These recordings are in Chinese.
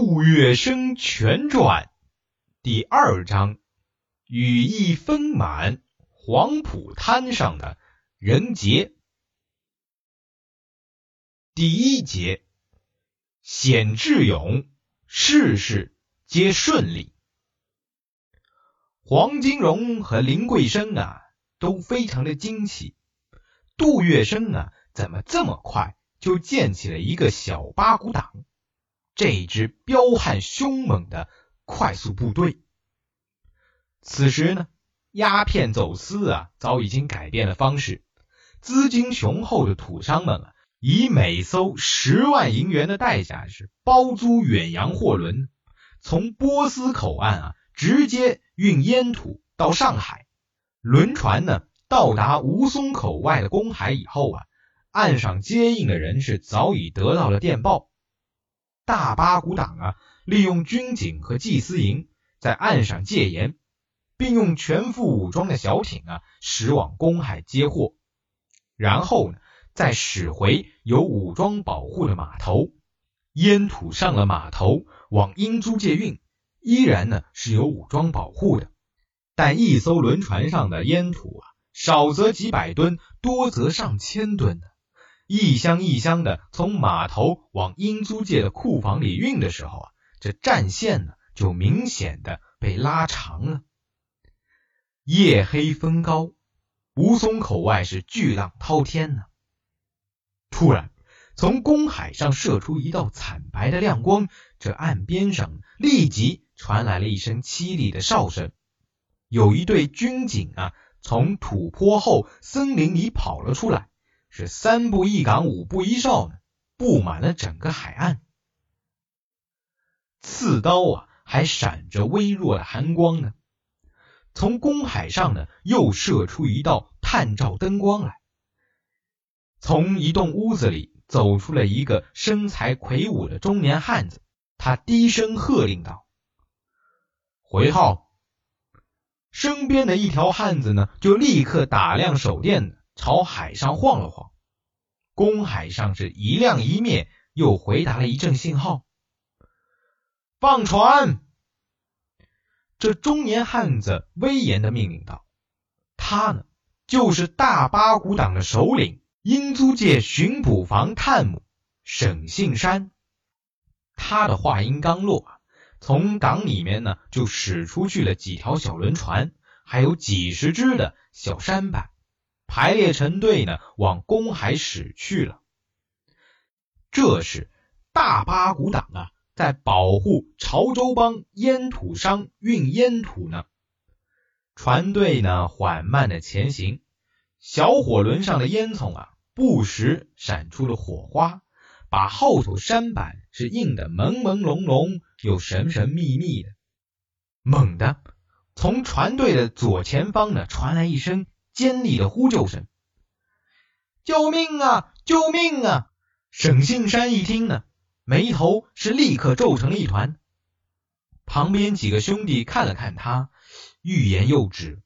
杜月笙全传第2章，羽翼丰满，黄浦滩上的人杰。第1节，显智勇，事事皆顺利。黄金荣和林桂生都非常的惊奇，杜月笙怎么这么快就建起了一个小八股党，这支彪悍凶猛的快速部队。此时呢，鸦片走私早已经改变了方式，资金雄厚的土商们以每艘10万银元的代价是包租远洋货轮，从波斯口岸直接运烟土到上海。轮船呢到达吴淞口外的公海以后岸上接应的人是早已得到了电报。大八股党利用军警和缉私营在岸上戒严，并用全副武装的小艇驶往公海接货，然后呢再驶回有武装保护的码头。烟土上了码头往英租界运，依然呢是有武装保护的，但一艘轮船上的烟土少则几百吨，多则上千吨的，一箱一箱的从码头往英租界的库房里运的时候这战线呢就明显的被拉长了。夜黑风高，吴淞口外是巨浪滔天呢。突然从公海上射出一道惨白的亮光，这岸边上立即传来了一声凄厉的哨声。有一队军警从土坡后森林里跑了出来，是3步1岗5步1哨呢，布满了整个海岸。刺刀还闪着微弱的寒光呢。从公海上呢又射出一道探照灯光来。从一栋屋子里走出了一个身材魁梧的中年汉子，他低声喝令道：回号。身边的一条汉子呢就立刻打亮手电朝海上晃了晃。公海上是一亮一灭，又回答了一阵信号：放船。这中年汉子威严地命令道，他呢就是大八股党的首领，英租界巡捕房探母沈信山。他的话音刚落从港里面呢就驶出去了几条小轮船，还有几十只的小舢板，排列成队呢往公海驶去了。这是大八股党在保护潮州帮烟土商运烟土呢。船队呢缓慢的前行，小火轮上的烟囱不时闪出了火花，把后头舢板是映得朦朦胧胧又神神秘秘的。猛地从船队的左前方呢传来一声尖利的呼救声：救命啊！救命啊！沈信山一听呢，眉头是立刻皱成了一团。旁边几个兄弟看了看他，欲言又止。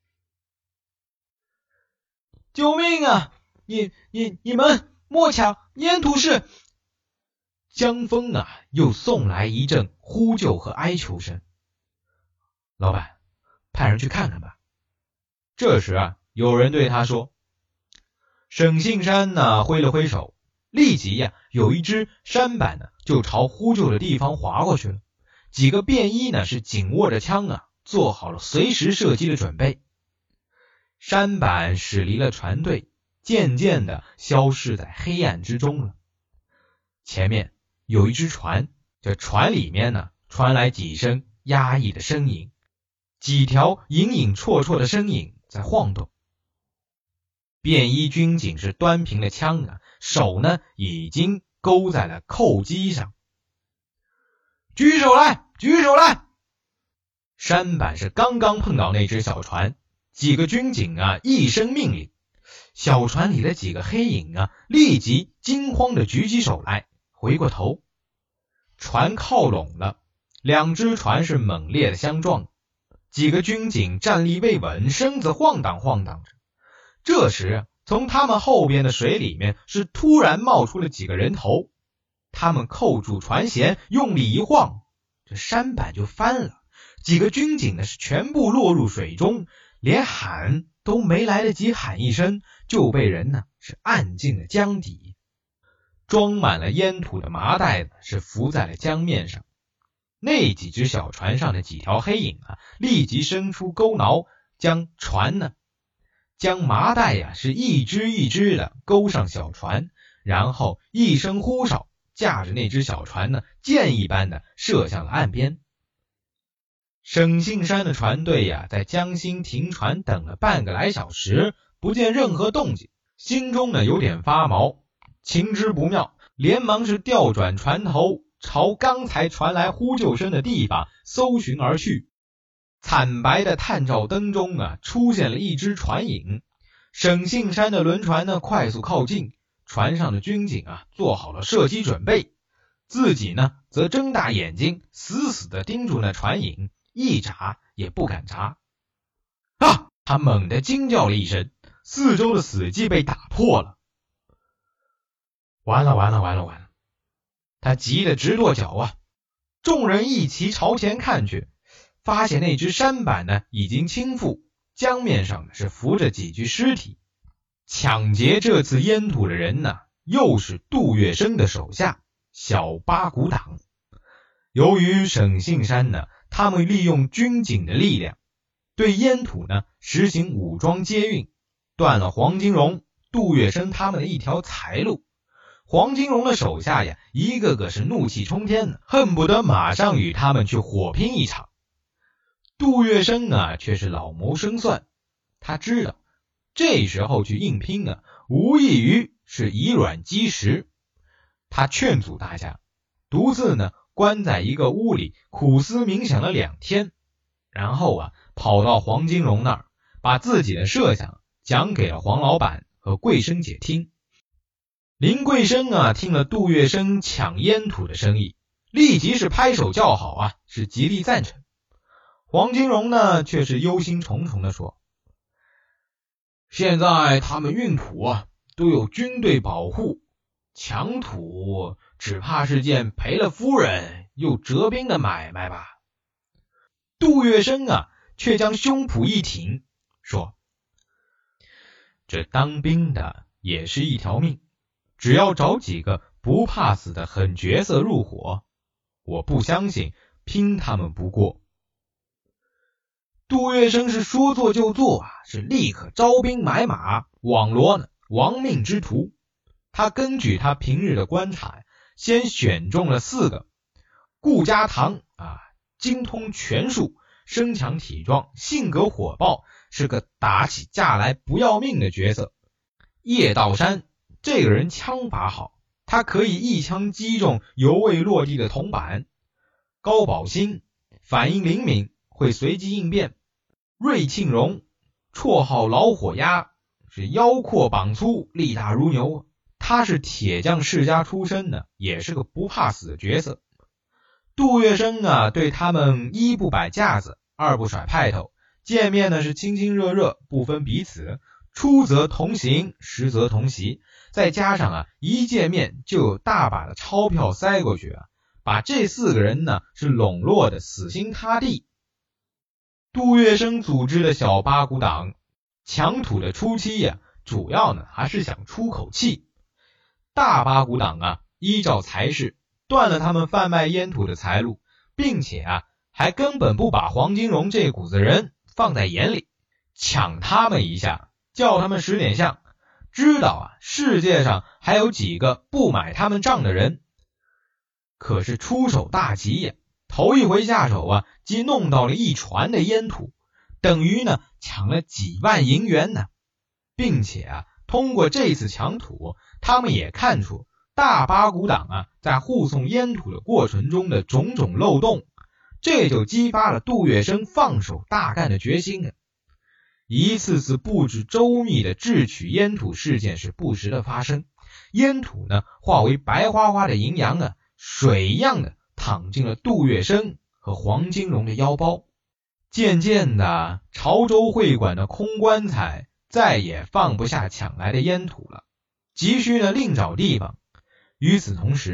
救命啊！你们莫抢烟土是！江峰又送来一阵呼救和哀求声。老板，派人去看看吧。这时有人对他说。沈信山挥了挥手，立即有一只舢板就朝呼救的地方划过去了。几个便衣是紧握着枪做好了随时射击的准备。舢板驶离了船队，渐渐的消失在黑暗之中了。前面有一只船，这船里面传来几声压抑的声音，几条隐隐绰绰的身影在晃动。便衣军警是端平了枪手呢已经勾在了扣机上。举手来，举手来！舢板是刚刚碰到那只小船，几个军警一声命令，小船里的几个黑影立即惊慌地举起手来，回过头。船靠拢了，两只船是猛烈的相撞，几个军警站立未稳，身子晃荡晃荡着。这时从他们后边的水里面是突然冒出了几个人头， 他们扣住船舷，用力一晃，这舢板就翻了，几个军警呢是全部落入水中，连喊都没来得及喊一声，就被人呢是按进了江底。装满了烟土的麻袋是浮在了江面上，那几只小船上的几条黑影立即伸出钩挠，将麻袋是一只一只的勾上小船，然后一声呼哨，驾着那只小船箭一般的射向了岸边。沈杏山的船队在江心停船等了半个来小时，不见任何动静，心中有点发毛，情知不妙，连忙是调转船头，朝刚才传来呼救声的地方搜寻而去。惨白的探照灯中出现了一只船影，沈杏山的轮船快速靠近，船上的军警做好了射击准备，自己则睁大眼睛死死地盯住那船影，一眨也不敢眨。他猛地惊叫了一声，四周的死寂被打破了。完了，他急得直跺脚众人一齐朝前看去，发现那只舢板已经倾覆，江面上是浮着几具尸体。抢劫这次烟土的人又是杜月笙的手下小八股党。由于沈杏山他们利用军警的力量，对烟土实行武装接运，断了黄金荣、杜月笙他们的一条财路。黄金荣的手下一个个是怒气冲天，恨不得马上与他们去火拼一场。杜月笙却是老谋深算，他知道这时候去硬拼无异于是以卵击石。他劝阻大家，独自关在一个屋里苦思冥想了2天，然后跑到黄金荣那儿，把自己的设想讲给了黄老板和桂生姐听。林桂生听了杜月笙抢烟土的生意，立即是拍手叫好是极力赞成。黄金荣却是忧心忡忡地说，现在他们运土都有军队保护，抢土只怕是件赔了夫人又折兵的买卖吧。杜月笙却将胸脯一挺，说，这当兵的也是一条命，只要找几个不怕死的狠角色入伙，我不相信拼他们不过。杜月笙是说做就做是立刻招兵买马，网罗亡命之徒。他根据他平日的观察，先选中了4个，顾家堂精通拳术，身强体壮，性格火爆，是个打起架来不要命的角色。叶道山这个人枪法好，他可以一枪击中犹未落地的铜板。高宝兴反应灵敏，会随机应变。瑞庆荣绰号老火鸭，是腰阔膀粗，力大如牛，他是铁匠世家出身的，也是个不怕死的角色。杜月笙对他们一不摆架子，二不甩派头，见面是亲亲热热，不分彼此，出则同行，实则同席，再加上一见面就有大把的钞票塞过去把这4个人是笼络的死心塌地。杜月笙组织的小八股党抢土的初期主要还是想出口气。大八股党依照财势断了他们贩卖烟土的财路，并且还根本不把黄金荣这股子人放在眼里，抢他们一下，叫他们使点相，知道世界上还有几个不买他们账的人。可是出手大急头一回下手即弄到了1船的烟土，等于抢了几万银元并且通过这次抢土，他们也看出大八股党在护送烟土的过程中的种种漏洞，这就激发了杜月笙放手大干的决心一次次布置周密的智取烟土事件是不时的发生，烟土化为白花花的银洋水一样的躺进了杜月笙和黄金荣的腰包。渐渐的，潮州会馆的空棺材再也放不下抢来的烟土了，急需另找地方。与此同时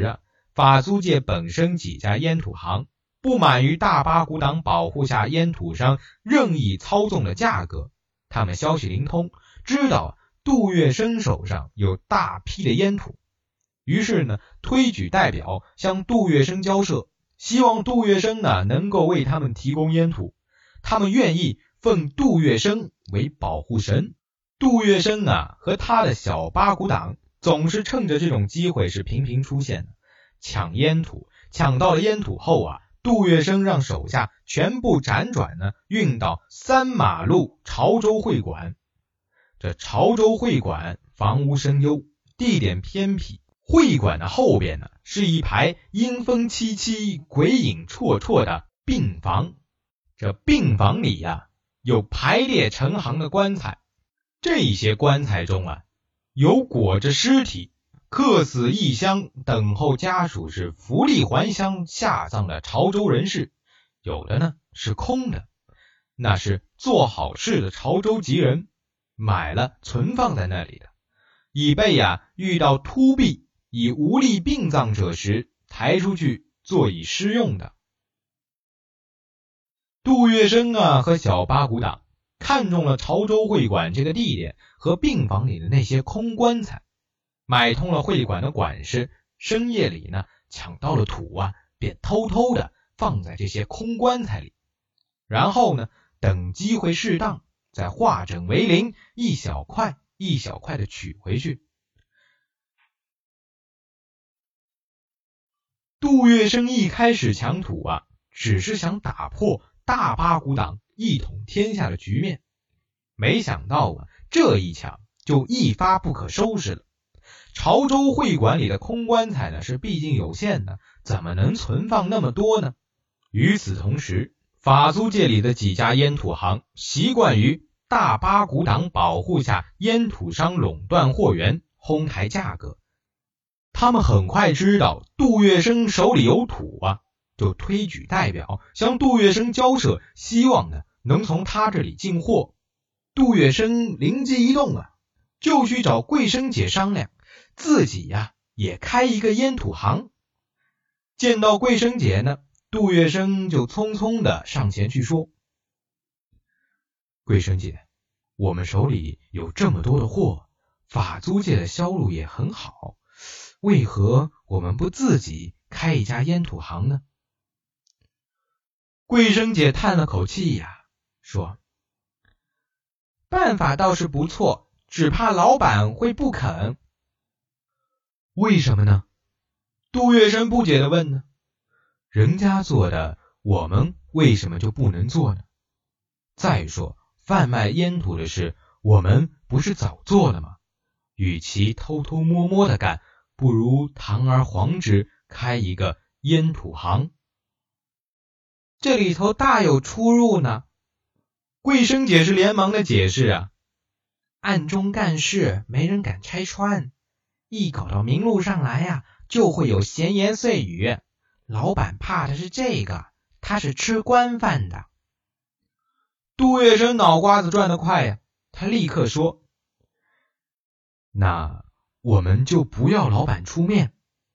法租界本身几家烟土行不满于大八股党保护下烟土商任意操纵的价格，他们消息灵通，知道杜月笙手上有大批的烟土，于是呢推举代表向杜月笙交涉，希望杜月笙呢能够为他们提供烟土，他们愿意奉杜月笙为保护神。杜月笙啊和他的小八股党总是趁着这种机会是频频出现的，抢烟土，抢到了烟土后啊，杜月笙让手下全部辗转呢运到3马路潮州会馆。这潮州会馆房屋深幽，地点偏僻，会馆的后边呢是一排阴风凄凄、鬼影绰绰的病房。这病房里啊有排列成行的棺材，这些棺材中啊有裹着尸体客死异乡等候家属是福利还乡下葬的潮州人士，有的呢是空的，那是做好事的潮州籍人买了存放在那里的，以备遇到突毙以无力殡葬者时抬出去做以施用的。杜月笙和小八股党看中了潮州会馆这个地点和病房里的那些空棺材，买通了会馆的管事，深夜里呢抢到了土便偷偷的放在这些空棺材里，然后呢等机会适当再化整为零，一小块一小块的取回去。杜月笙一开始抢土只是想打破大八股党一统天下的局面，没想到这一抢就一发不可收拾了。潮州会馆里的空棺材呢是毕竟有限的，怎么能存放那么多呢？与此同时，法租界里的几家烟土行习惯于大八股党保护下烟土商垄断货源，哄抬价格。他们很快知道杜月笙手里有土就推举代表向杜月笙交涉，希望呢能从他这里进货。杜月笙灵机一动就去找桂生姐商量，自己也开一个烟土行。见到桂生姐呢，杜月笙就匆匆的上前去说：桂生姐，我们手里有这么多的货，法租界的销路也很好，为何我们不自己开一家烟土行呢？桂生姐叹了口气说：办法倒是不错，只怕老板会不肯。为什么呢？杜月笙不解地问呢。人家做的，我们为什么就不能做呢？再说贩卖烟土的事，我们不是早做了吗？与其偷偷摸摸的干，不如堂而皇之开一个烟土行。这里头大有出入呢。桂生姐是连忙的解释暗中干事没人敢拆穿，一搞到明路上来就会有闲言碎语，老板怕的是这个，他是吃官饭的。杜月笙脑瓜子转得快他立刻说：那我们就不要老板出面。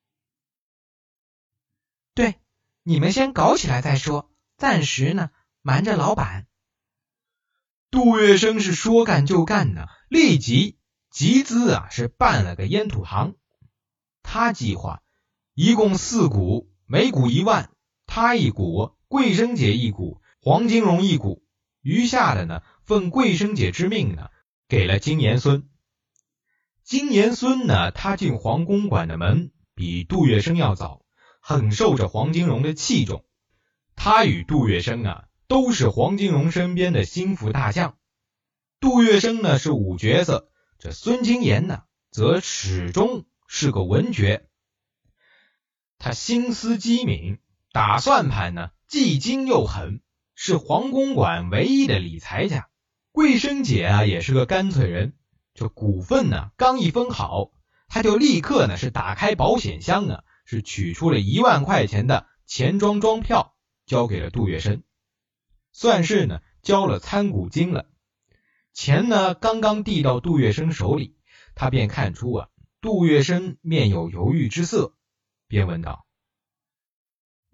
对，你们先搞起来再说，暂时呢瞒着老板。杜月笙是说干就干呢，立即集资是办了个烟土行。他计划一共4股，每股1万，他1股，桂生姐1股，黄金荣1股，余下的呢奉桂生姐之命呢给了金延孙。金延孙呢他进黄公馆的门比杜月笙要早，很受着黄金荣的器重。他与杜月笙都是黄金荣身边的心腹大将。杜月笙呢是武角色，这孙金延呢则始终是个文角。他心思机敏，打算盘呢既精又狠，是黄公馆唯一的理财家。桂生姐也是个干脆人，这股份呢刚一分好，他就立刻呢是打开保险箱是取出了1万块钱的钱庄庄票，交给了杜月笙，算是呢交了参股金了。钱呢刚刚递到杜月笙手里，他便看出杜月笙面有犹豫之色，便问道：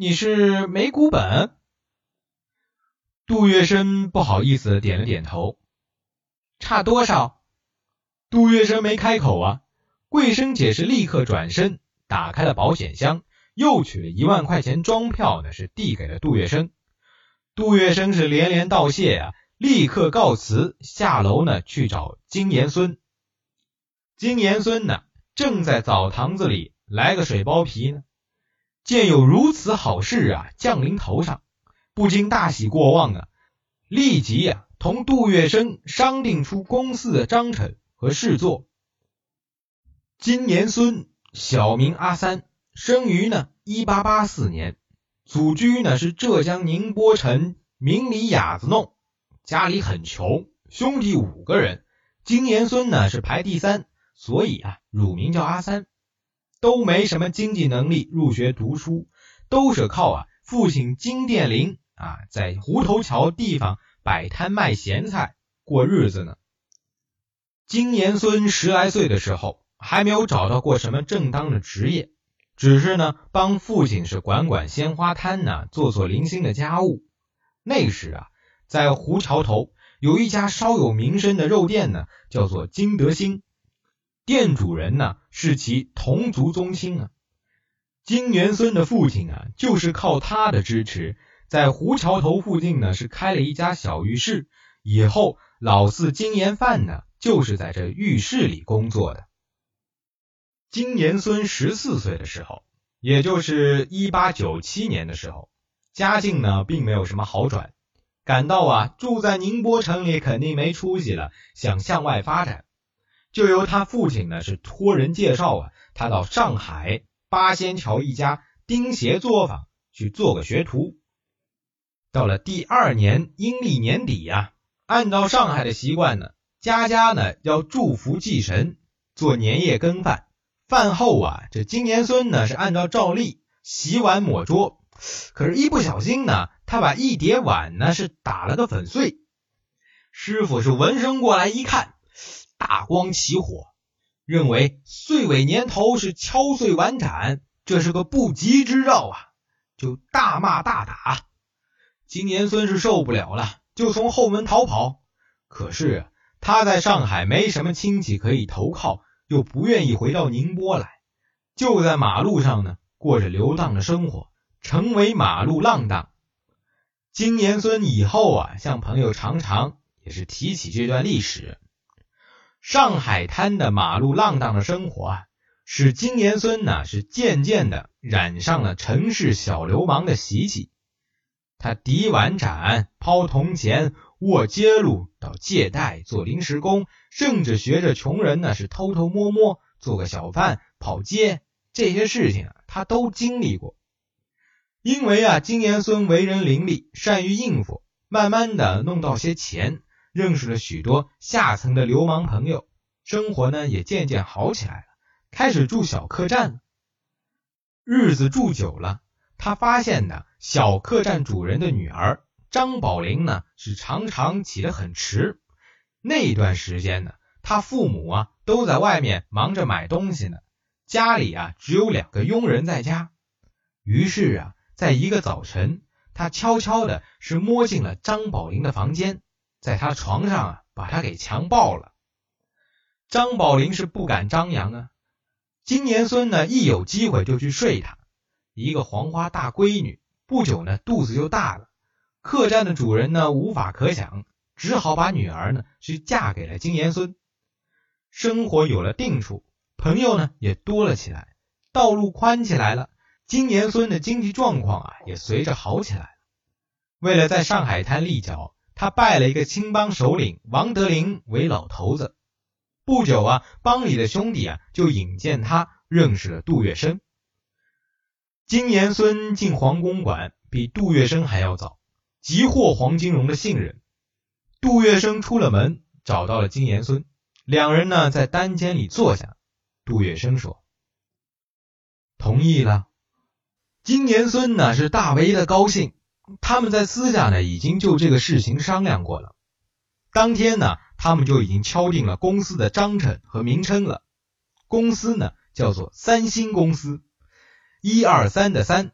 你是没股本？杜月笙不好意思地点了点头。差多少？杜月笙没开口啊，桂生姐是立刻转身打开了保险箱，又取了1万块钱装票呢，是递给了杜月笙。杜月笙是连连道谢啊，立刻告辞下楼呢去找金延孙。金延孙呢正在澡堂子里来个水包皮呢，见有如此好事啊降临头上，不禁大喜过望啊，立即啊同杜月笙商定出公司的章程和事作。金延孙小名阿三，生于呢1884年，祖居呢是浙江宁波城明里雅子弄，家里很穷，兄弟5个人，金延孙呢是排第3，所以啊乳名叫阿三。都没什么经济能力入学读书，都是靠父亲金殿林在湖头桥地方摆摊卖咸菜过日子呢。金延孙10来岁的时候还没有找到过什么正当的职业，只是呢帮父亲是管鲜花摊呢，做零星的家务。那时在湖桥头有一家稍有名声的肉店呢，叫做金德兴，店主人呢是其同族宗亲金延孙的父亲就是靠他的支持，在湖桥头附近呢是开了一家小浴室，以后老四金延范呢就是在这浴室里工作的。金延孙14岁的时候，也就是1897年的时候，家境呢并没有什么好转，感到住在宁波城里肯定没出息了，想向外发展，就由他父亲呢是托人介绍他到上海八仙桥一家钉鞋作坊去做个学徒。到了第2年阴历年底按照上海的习惯呢，家家呢要祝福祭神，做年夜羹饭。饭后这金延孙呢是按照照例洗碗抹桌，可是一不小心呢，他把一碟碗呢是打了个粉碎。师傅是闻声过来一看，大光起火，认为岁尾年头是敲碎碗盏，这是个不吉之兆就大骂大打。金延孙是受不了了，就从后门逃跑。可是他在上海没什么亲戚可以投靠，又不愿意回到宁波来，就在马路上呢过着流浪的生活，成为马路浪荡。金延孙以后向朋友常常也是提起这段历史。上海滩的马路浪荡的生活使金延孙呢是渐渐的染上了城市小流氓的习气。他抵碗盏、抛铜钱、握揭露、到借贷、做临时工，甚至学着穷人呢是偷偷摸摸做个小贩、跑街，这些事情他都经历过。因为金延孙为人伶俐，善于应付，慢慢的弄到些钱，认识了许多下层的流氓朋友，生活呢也渐渐好起来了，开始住小客栈了。日子住久了，他发现呢小客栈主人的女儿张宝玲呢是常常起得很迟。那段时间呢，他父母都在外面忙着买东西呢，家里只有2个佣人在家。于是在一个早晨，他悄悄的是摸进了张宝玲的房间，在他床上把他给强暴了。张宝玲是不敢张扬金延孙呢一有机会就去睡她，一个黄花大闺女，不久呢肚子就大了。客栈的主人呢无法可想，只好把女儿呢是嫁给了金延孙。生活有了定处，朋友呢也多了起来，道路宽起来了，金延孙的经济状况也随着好起来了。为了在上海滩立脚，他拜了一个青帮首领王德林为老头子。不久帮里的兄弟就引荐他认识了杜月笙。金延孙进黄公馆比杜月笙还要早，急获黄金荣的信任。杜月笙出了门，找到了金延孙，两人呢在单间里坐下。杜月笙说：同意了。金延孙呢是大为的高兴，他们在私下呢已经就这个事情商量过了。当天呢他们就已经敲定了公司的章程和名称了。公司呢叫做三星公司，123的3，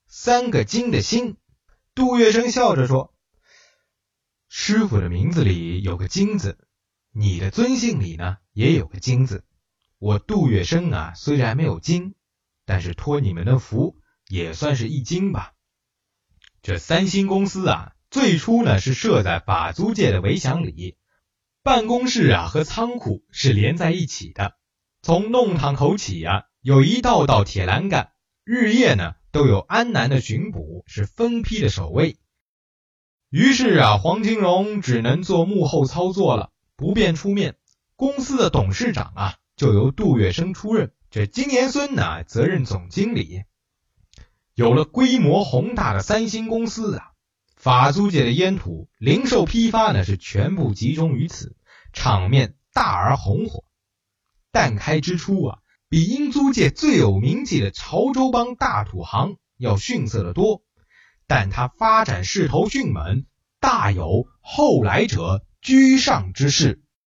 3个金的星。杜月笙笑着说，师傅的名字里有个金字，你的尊姓里呢也有个金字。我杜月笙啊，虽然没有金，但是托你们的福也算是一金吧。这3星公司啊，最初呢是设在法租界的围墙里，办公室啊和仓库是连在一起的。从弄堂口起啊，有一道道铁栏杆，日夜呢都有安南的巡捕是分批的守卫。于是啊，黄金荣只能做幕后操作了，不便出面。公司的董事长啊，就由杜月笙出任，这金延孙呢责任总经理。有了规模宏大的3星公司啊，法租界的烟土零售批发呢是全部集中于此，场面大而红火。诞开之初啊，比英租界最有名气的潮州帮大土行要逊色得多，但它发展势头迅猛，大有后来者居上之势。